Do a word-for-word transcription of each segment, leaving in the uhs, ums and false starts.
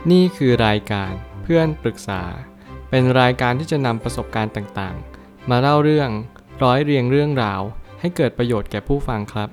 นี่คือรายการเพื่อนปรึกษาเป็นรายการที่จะนำประสบการณ์ต่างๆมาเล่าเรื่องร้อยเรียงเรื่องราวให้เกิดประโยชน์แก่ผู้ฟังครับ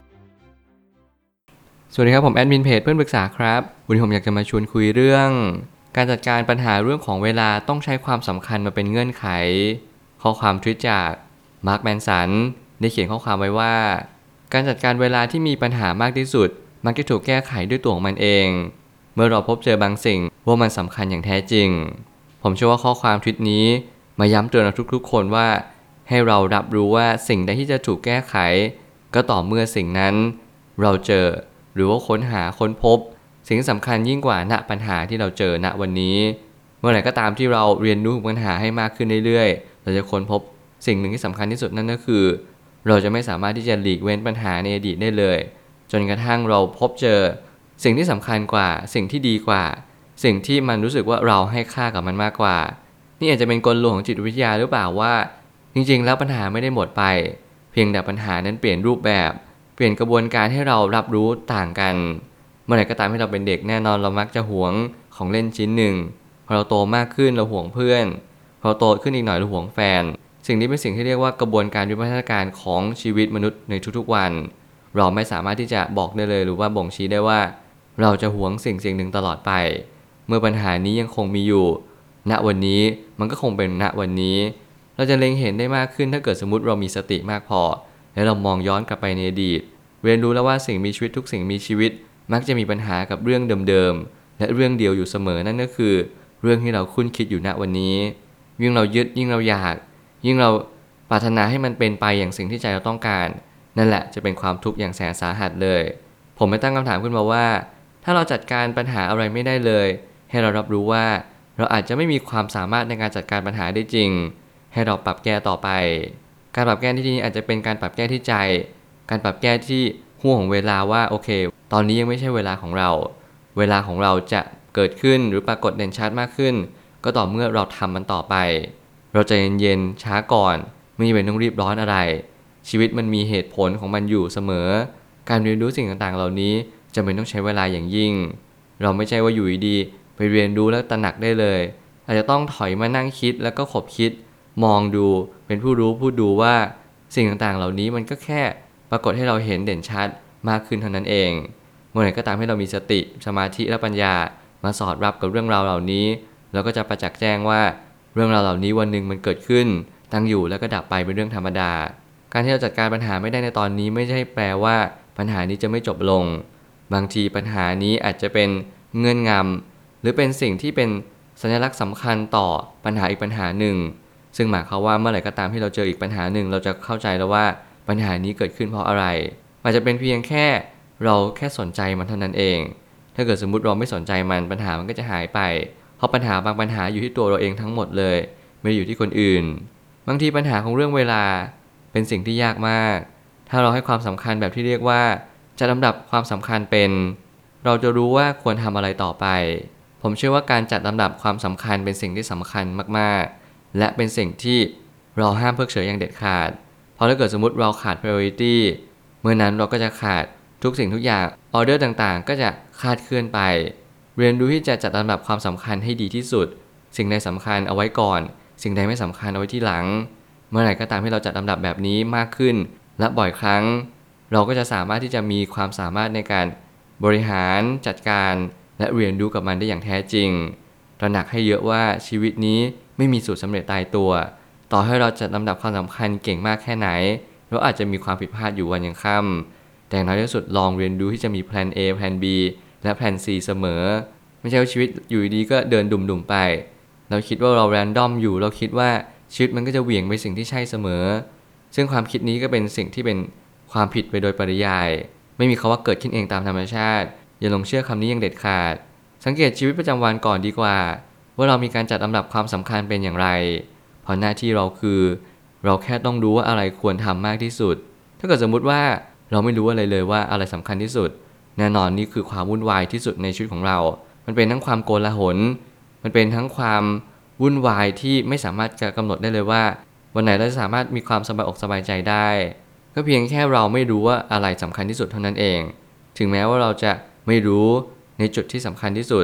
สวัสดีครับผมแอดมินเพจเพื่อนปรึกษาครับวันนี้ผมอยากจะมาชวนคุยเรื่องการจัดการปัญหาเรื่องของเวลาต้องใช้ความสำคัญมาเป็นเงื่อนไขข้อความทวิตจากมาร์คแมนสันได้เขียนข้อความไว้ว่าการจัดการเวลาที่มีปัญหามากที่สุดมักจะถูกแก้ไขด้วยตัวของมันเองเมื่อเราพบเจอบางสิ่งว่ามันสำคัญอย่างแท้จริงผมเชื่อว่าข้อความทวิตนี้มาย้ำเตือนเราทุกๆคนว่าให้เรารับรู้ว่าสิ่งใดที่จะถูกแก้ไขก็ต่อเมื่อสิ่งนั้นเราเจอหรือว่าค้นหาค้นพบสิ่งสำคัญยิ่งกว่าณปัญหาที่เราเจอณวันนี้เมื่อไหร่ก็ตามที่เราเรียนรู้ปัญหาให้มากขึ้นเรื่อยๆเราจะค้นพบสิ่งหนึ่งที่สำคัญที่สุดนั่นก็คือเราจะไม่สามารถที่จะหลีกเว้นปัญหาในอดีตได้เลยจนกระทั่งเราพบเจอสิ่งที่สำคัญกว่าสิ่งที่ดีกว่าสิ่งที่มันรู้สึกว่าเราให้ค่ากับมันมากกว่านี่อาจจะเป็นกลลวงของจิตวิทยาหรือเปล่าว่าจริงๆแล้วปัญหาไม่ได้หมดไปเพียงแต่ปัญหานั้นเปลี่ยนรูปแบบเปลี่ยนกระบวนการให้เรารับรู้ต่างกันเมื่อไหร่ก็ตามที่เราเป็นเด็กแน่นอนเรามักจะหวงของเล่นชิ้นหนึ่งพอเราโตมากขึ้นเราหวงเพื่อนพอเราโตขึ้นอีกหน่อยเราหวงแฟนสิ่งนี้เป็นสิ่งที่เรียกว่ากระบวนการวิวัฒนาการของชีวิตมนุษย์ในทุกๆวันเราไม่สามารถที่จะบอกได้เลยหรือว่าบ่งชี้ได้ว่าเราจะหวงสิ่งสิ่งหนึ่งตลอดไปเมื่อปัญหานี้ยังคงมีอยู่ณวันนี้มันก็คงเป็นณวันนี้เราจะเล็งเห็นได้มากขึ้นถ้าเกิดสมมุติเรามีสติมากพอและเรามองย้อนกลับไปในอดีตเรียนรู้แล้วว่าสิ่งมีชีวิตทุกสิ่งมีชีวิตมักจะมีปัญหากับเรื่องเดิมๆและเรื่องเดียวอยู่เสมอนั่นก็คือเรื่องที่เราคุ้นคิดอยู่ณวันนี้ยิ่งเรายึดยิ่งเราอยากยิ่งเราปรารถนาให้มันเป็นไปอย่างสิ่งที่ใจเราต้องการนั่นแหละจะเป็นความทุกข์อย่างแสนสาหัสเลยผมไม่ตั้งคำถามขึ้นมาว่าถ้าเราจัดการปัญหาอะไรไม่ได้เลยให้เรารับรู้ว่าเราอาจจะไม่มีความสามารถในการจัดการปัญหาได้จริงให้เราปรับแก้ต่อไปการปรับแก้ที่นี้อาจจะเป็นการปรับแก้ที่ใจการปรับแก้ที่ห่วงของเวลาว่าโอเคตอนนี้ยังไม่ใช่เวลาของเราเวลาของเราจะเกิดขึ้นหรือปรากฏเด่นชัดมากขึ้นก็ต่อเมื่อเราทำมันต่อไปเราใจเย็นๆช้าก่อนไม่จำเป็นต้องรีบร้อนอะไรชีวิตมันมีเหตุผลของมันอยู่เสมอการเรียนรู้สิ่งต่างๆเหล่านี้จำเป็นต้องใช้เวลาอย่างยิ่งเราไม่ใช่ว่าอยู่ดีๆไปเรียนรู้แล้วตระหนักได้เลยอาจจะต้องถอยมานั่งคิดแล้วก็ขบคิดมองดูเป็นผู้รู้ผู้ดูว่าสิ่งต่างๆเหล่านี้มันก็แค่ปรากฏให้เราเห็นเด่นชัดมากขึ้นเท่านั้นเองเมื่อไหร่ก็ตามให้เรามีสติสมาธิและปัญญามาสอดรับกับเรื่องราวเหล่านี้เราก็จะประจักษ์แจ้งว่าเรื่องราวเหล่านี้วันหนึ่งมันเกิดขึ้นตั้งอยู่แล้วก็ดับไปเป็นเรื่องธรรมดาการที่เราจัดการปัญหาไม่ได้ในตอนนี้ไม่ใช่แปลว่าปัญหานี้จะไม่จบลงบางทีปัญหานี้อาจจะเป็นเงื่อนงำหรือเป็นสิ่งที่เป็นสัญลักษณ์สำคัญต่อปัญหาอีกปัญหาหนึ่งซึ่งหมายความว่าเมื่อไหร่ก็ตามที่เราเจออีกปัญหาหนึ่งเราจะเข้าใจแล้วว่าปัญหานี้เกิดขึ้นเพราะอะไรอาจจะเป็นเพียงแค่เราแค่สนใจมันเท่านั้นเองถ้าเกิดสมมุติเราไม่สนใจมันปัญหามันก็จะหายไปเพราะปัญหาบางปัญหาอยู่ที่ตัวเราเองทั้งหมดเลยไม่ได้อยู่ที่คนอื่นบางทีปัญหาของเรื่องเวลาเป็นสิ่งที่ยากมากถ้าเราให้ความสำคัญแบบที่เรียกว่าจะลำดับความสำคัญเป็นเราจะรู้ว่าควรทำอะไรต่อไปผมเชื่อว่าการจัดลำดับความสำคัญเป็นสิ่งที่สำคัญมากๆและเป็นสิ่งที่เราห้ามเพิกเฉยอย่างเด็ดขาดเพราะถ้าเกิดสมมติเราขาด priority เมื่อนั้นเราก็จะขาดทุกสิ่งทุกอย่างออเดอร์ต่างๆก็จะคลาดเคลื่อนไปเรียนรู้ที่จะจัดลำดับความสำคัญให้ดีที่สุดสิ่งใดสำคัญเอาไว้ก่อนสิ่งใดไม่สำคัญเอาไว้ที่หลังเมื่อไหร่ก็ตามที่เราจัดลำดับแบบนี้มากขึ้นและบ่อยครั้งเราก็จะสามารถที่จะมีความสามารถในการบริหารจัดการและเรียนรู้กับมันได้อย่างแท้จริงตระหนักให้เยอะว่าชีวิตนี้ไม่มีสูตรสำเร็จตายตัวต่อให้เราจัดลำดับความสำคัญเก่งมากแค่ไหนเราอาจจะมีความผิดพลาดอยู่วันยังค่ำแต่น้อยที่สุดลองเรียนรู้ที่จะมีแผน A แผน B และแผน C เสมอไม่ใช่ว่าชีวิตอยู่ดีก็เดินดุ่มๆไปเราคิดว่าเราแรนดอมอยู่เราคิดว่าชีวิตมันก็จะเหวี่ยงไปสิ่งที่ใช่เสมอซึ่งความคิดนี้ก็เป็นสิ่งที่เป็นความผิดไปโดยปริยายไม่มีคำว่าเกิดขึ้นเองตามธรรมชาติอย่าหลงเชื่อคำนี้อย่างเด็ดขาดสังเกตชีวิตประจำวันก่อนดีกว่าว่าเรามีการจัดลำดับความสำคัญเป็นอย่างไรเพราะหน้าที่เราคือเราแค่ต้องรู้ว่าอะไรควรทำมากที่สุดถ้าเกิดสมมุติว่าเราไม่รู้อะไรเลยว่าอะไรสำคัญที่สุดแน่นอนนี่คือความวุ่นวายที่สุดในชีวิตของเรามันเป็นทั้งความโกลาหลมันเป็นทั้งความวุ่นวายที่ไม่สามารถจะกำหนดได้เลยว่าวันไหนเราจะสามารถมีความสบายอกสบายใจได้ก็เพียงแค่เราไม่รู้ว่าอะไรสำคัญที่สุดเท่านั้นเองถึงแม้ว่าเราจะไม่รู้ในจุดที่สำคัญที่สุด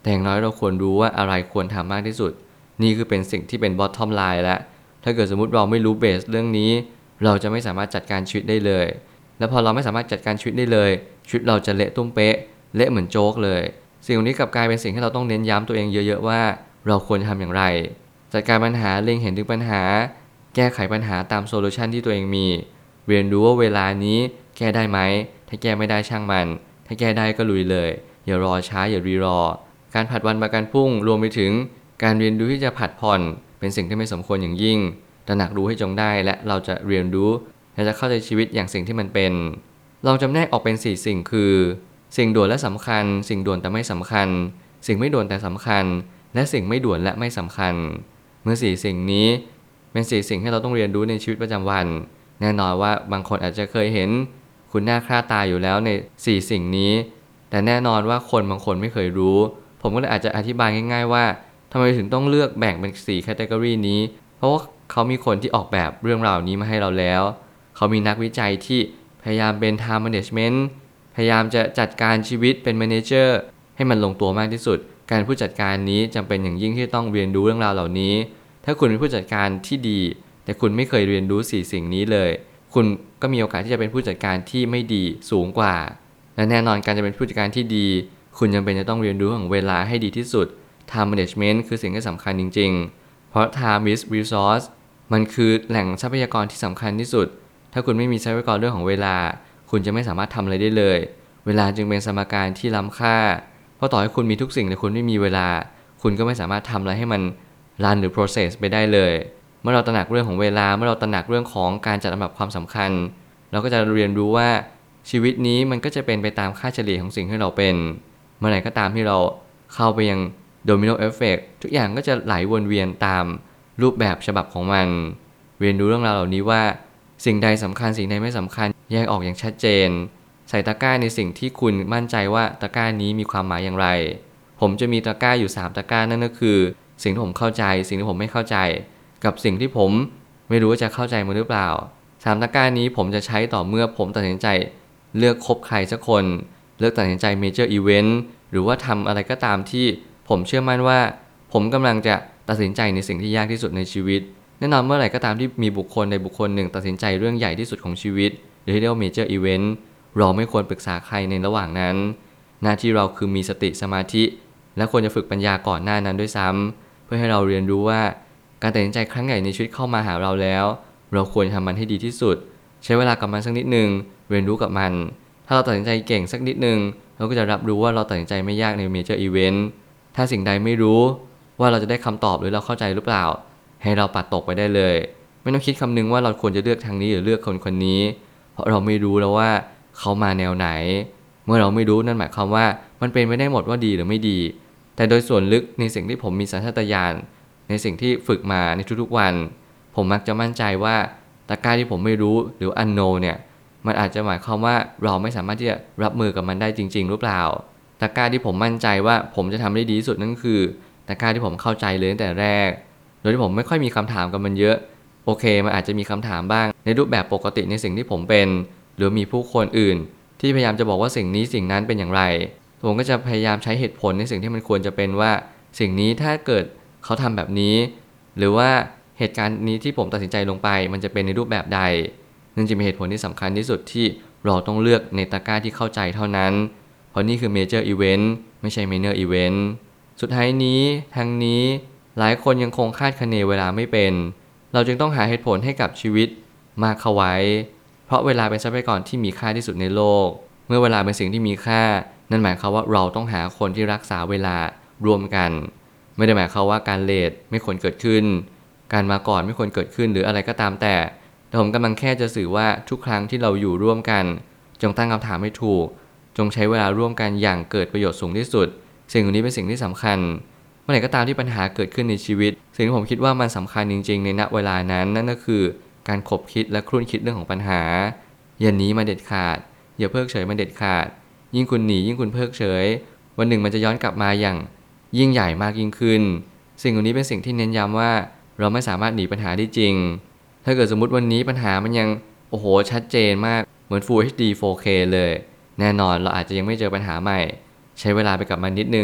แต่อย่างน้อยเราควรรู้ว่าอะไรควรทำมากที่สุดนี่คือเป็นสิ่งที่เป็น bottom line แล้วถ้าเกิดสมมุติเราไม่รู้เบสเรื่องนี้เราจะไม่สามารถจัดการชีวิตได้เลยแล้วพอเราไม่สามารถจัดการชีวิตได้เลยชีวิตเราจะเละตุ้มเป๊ะเละเหมือนโจ๊กเลยสิ่งนี้กลับกลายเป็นสิ่งที่เราต้องเน้นย้ำตัวเองเยอะๆว่าเราควรทำอย่างไรจัดการปัญหาเล็งเห็นถึงปัญหาแก้ไขปัญหาตามโซลูชันที่ตัวเองมีเรียนรู้ว่าเวลานี้แก้ได้ไหมถ้าแก้ไม่ได้ช่างมันถ้าแก้ได้ก็ลุยเลยอย่ารอช้าอย่ารีรอการผัดวันประกันพรุ่งรวมไปถึงการเรียนรู้ที่จะผัดผ่อนเป็นสิ่งที่ไม่สมควรอย่างยิ่งตระหนักรู้ให้จงได้และเราจะเรียนรู้และจะเข้าใจชีวิตอย่างสิ่งที่มันเป็นลองจำแนกออกเป็นสี่สิ่งคือสิ่งด่วนและสำคัญสิ่งด่วนแต่ไม่สำคัญสิ่งไม่ด่วนแต่สำคัญและสิ่งไม่ด่วนและไม่สำคัญเมื่อสี่สิ่งนี้เป็นสี่สิ่งที่เราต้องเรียนรู้ในชีวิตประจำวันแน่นอนว่าบางคนอาจจะเคยเห็นคุณหน้าค่าตาอยู่แล้วในสี่สิ่งนี้แต่แน่นอนว่าคนบางคนไม่เคยรู้ผมก็เลยอาจจะอธิบายง่ายๆว่าทำไมถึงต้องเลือกแบ่งเป็นสี่แคตตากรีนี้เพราะว่าเขามีคนที่ออกแบบเรื่องราวนี้มาให้เราแล้วเขามีนักวิจัยที่พยายามเป็น time management พยายามจะจัดการชีวิตเป็น manager ให้มันลงตัวมากที่สุดการผู้จัดการนี้จำเป็นอย่างยิ่งที่ต้องเรียนรู้เรื่องราวเหล่านี้ถ้าคุณเป็นผู้จัดการที่ดีแต่คุณไม่เคยเรียนรู้สี่สิ่งนี้เลยคุณก็มีโอกาสที่จะเป็นผู้จัดการที่ไม่ดีสูงกว่าและแน่นอนการจะเป็นผู้จัดการที่ดีคุณจำเป็นจะต้องเรียนรู้ของเวลาให้ดีที่สุด time management คือสิ่งที่สำคัญจริงๆเพราะ time is resource มันคือแหล่งทรัพยากรที่สำคัญที่สุดถ้าคุณไม่มีทรัพยากรเรื่องของเวลาคุณจะไม่สามารถทำอะไรได้เลยเวลาจึงเป็นสมการที่ล้ำค่าเพราะต่อให้คุณมีทุกสิ่งแต่คุณไม่มีเวลาคุณก็ไม่สามารถทำอะไรให้มันรันหรือ process ไปได้เลยเมื่อเราตระหนักเรื่องของเวลาเมื่อเราตระหนักเรื่องของการจัดลำดับความสำคัญเราก็จะเรียนรู้ว่าชีวิตนี้มันก็จะเป็นไปตามค่าเฉลี่ยของสิ่งที่เราเป็นเมื่อไหร่ก็ตามที่เราเข้าไปยังโดมิโนเอฟเฟกต์ทุกอย่างก็จะไหลวนเวียนตามรูปแบบฉบับของมันเรียนรู้เรื่องราวเหล่านี้ว่าสิ่งใดสำคัญสิ่งใดไม่สำคัญแยกออกอย่างชัดเจนใส่ตะกร้าในสิ่งที่คุณมั่นใจว่าตะกร้านี้มีความหมายอย่างไรผมจะมีตะกร้าอยู่สามตะกร้านั่นก็คือสิ่งที่ผมเข้าใจสิ่งที่ผมไม่เข้าใจกับสิ่งที่ผมไม่รู้ว่าจะเข้าใจมันหรือเปล่าสามตะกร้านี้ผมจะใช้ต่อเมื่อผมตัดสินใจเลือกคบใครสักคนเลือกตัดสินใจเมเจอร์อีเวนต์หรือว่าทำอะไรก็ตามที่ผมเชื่อมั่นว่าผมกำลังจะตัดสินใจในสิ่งที่ยากที่สุดในชีวิตแน่นอนเมื่อไหร่ก็ตามที่มีบุคคลใดบุคคลหนึ่งตัดสินใจเรื่องใหญ่ที่สุดของชีวิตหรือที่เรียกว่าเมเจอร์อีเวนต์เราไม่ควรปรึกษาใครในระหว่างนั้นหน้าที่เราคือมีสติสมาธิและควรจะฝึกปัญญาก่อนหน้านั้นด้วยซ้ำเพื่อให้เราเรียนรู้ว่าการตัดสินใจครั้งใหญ่ในชีวิตเข้ามาหาเราแล้วเราควรทำมันให้ดีที่สุดใช้เวลากับมันสักนิดนึงเรียนรู้กับมันถ้าเราตัดสินใจเก่งสักนิดนึงเราก็จะรับรู้ว่าเราตัดสินใจไม่ยากในเมเจอร์อีเวนต์ถ้าสิ่งใดไม่รู้ว่าเราจะได้คำตอบหรือเราเข้าใจหรือเปล่าให้เราปัดตกไปได้เลยไม่ต้องคิดคำนึงว่าเราควรจะเลือกทางนี้หรือเลือกคนคนนี้เพราะเราไม่รู้แล้วว่าเขามาแนวไหนเมื่อเราไม่รู้นั่นหมายความว่ามันเป็นไปได้หมดว่าดีหรือไม่ดีแต่โดยส่วนลึกในสิ่งที่ผมมีสัญชาตญาณในสิ่งที่ฝึกมาในทุกๆวันผมมักจะมั่นใจว่าตะกร้าที่ผมไม่รู้หรือ unknown เนี่ยมันอาจจะหมายความว่าเราไม่สามารถที่จะรับมือกับมันได้จริงๆหรือเปล่าตะกร้าที่ผมมั่นใจว่าผมจะทำได้ดีที่สุดนั่นคือตะกร้าที่ผมเข้าใจเลยตั้งแต่แรกโดยที่ผมไม่ค่อยมีคำถามกับมันเยอะโอเคมันอาจจะมีคำถามบ้างในรูปแบบปกติในสิ่งที่ผมเป็นหรือมีผู้คนอื่นที่พยายามจะบอกว่าสิ่งนี้สิ่งนั้นเป็นอย่างไรผมก็จะพยายามใช้เหตุผลในสิ่งที่มันควรจะเป็นว่าสิ่งนี้ถ้าเกิดเขาทำแบบนี้หรือว่าเหตุการณ์นี้ที่ผมตัดสินใจลงไปมันจะเป็นในรูปแบบใดนั่นจะเป็นเหตุผลที่สำคัญที่สุดที่เราต้องเลือกในตะกร้าที่เข้าใจเท่านั้นเพราะนี่คือ Major Event ไม่ใช่ Minor Event สุดท้ายนี้ทั้งนี้หลายคนยังคงคาดคะเนเวลาไม่เป็นเราจึงต้องหาเหตุผลให้กับชีวิตมากเข้าไว้เพราะเวลาเป็นทรัพยากรที่มีค่าที่สุดในโลกเมื่อเวลาเป็นสิ่งที่มีค่านั่นหมายความว่าเราต้องหาคนที่รักษาเวลารวมกันไม่ได้หมายความว่าการเลทไม่ควรเกิดขึ้นการมาก่อนไม่ควรเกิดขึ้นหรืออะไรก็ตามแต่แต่ผมกำลังแค่จะสื่อว่าทุกครั้งที่เราอยู่ร่วมกันจงตั้งคำถามให้ถูกจงใช้เวลาร่วมกันอย่างเกิดประโยชน์สูงที่สุดสิ่งนี้เป็นสิ่งที่สำคัญเมื่อไหร่ก็ตามที่ปัญหาเกิดขึ้นในชีวิตสิ่งที่ผมคิดว่ามันสำคัญจริงๆในณเวลานั้นนั่นก็คือการคบคิดและครุ่นคิดเรื่องของปัญหาอย่าหนีมาเด็ดขาดอย่าเพิกเฉยมาเด็ดขาดยิ่งคุณหนียิ่งคุณเพิกเฉยวันหนึ่งมันจะย้อนกลับมาอย่างยิ่งใหญ่มากยิ่งขึ้นสิ่งนี้เป็นสิ่งที่เน้นย้ำว่าเราไม่สามารถหนีปัญหาได้จริงถ้าเกิดสมมุติวันนี้ปัญหามันยังโอ้โหชัดเจนมากเหมือน Full เอช ดี โฟร์ เค เลยแน่นอนเราอาจจะยังไม่เจอปัญหาใหม่ใช้เวลาไปกับมันนิดนึง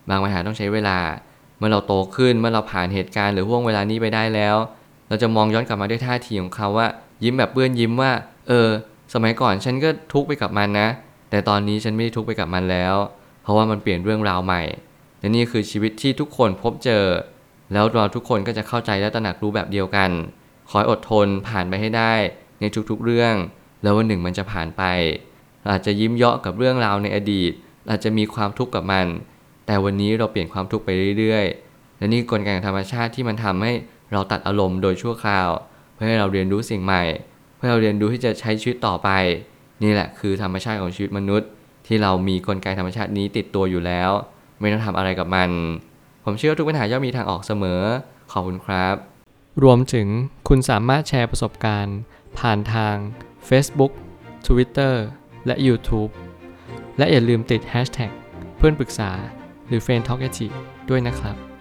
บางปัญหาต้องใช้เวลาเมื่อเราโตขึ้นเมื่อเราผ่านเหตุการณ์หรือห่วงเวลานี้ไปได้แล้วเราจะมองย้อนกลับมาด้วยท่าทีของเขาว่ายิ้มแบบเปื้อนยิ้มว่าเออสมัยก่อนฉันก็ทุกข์ไปกับมันนะแต่ตอนนี้ฉันไม่ได้ทุกข์ไปกับมันแล้วเพราะว่ามันเปลี่ยนเรื่องราวใหม่และนี่คือชีวิตที่ทุกคนพบเจอแล้วเราทุกคนก็จะเข้าใจและตระหนักรู้แบบเดียวกันคอยอดทนผ่านไปให้ได้ในทุกๆเรื่องแล้ววันหนึ่งมันจะผ่านไปเราอาจจะยิ้มเยาะกับเรื่องราวในอดีตอาจจะมีความทุกข์กับมันแต่วันนี้เราเปลี่ยนความทุกข์ไปเรื่อยๆและนี่กลไกของธรรมชาติที่มันทำให้เราตัดอารมณ์โดยชั่วคราวเพื่อให้เราเรียนรู้สิ่งใหม่เพื่อเราเรียนรู้ที่จะใช้ชีวิตต่อไปนี่แหละคือธรรมชาติของชีวิตมนุษย์ที่เรามีกลไกธรรมชาตินี้ติดตัวอยู่แล้วไม่ต้องทำอะไรกับมันผมเชื่อว่าทุกปัญหาย่อมมีทางออกเสมอขอบคุณครับรวมถึงคุณสามารถแชร์ประสบการณ์ผ่านทาง Facebook Twitter และ YouTube และอย่าลืมติด แฮชแท็ก เพื่อนปรึกษาหรือ เฟรนด์ ทอล์ก แอท จี ด้วยนะครับ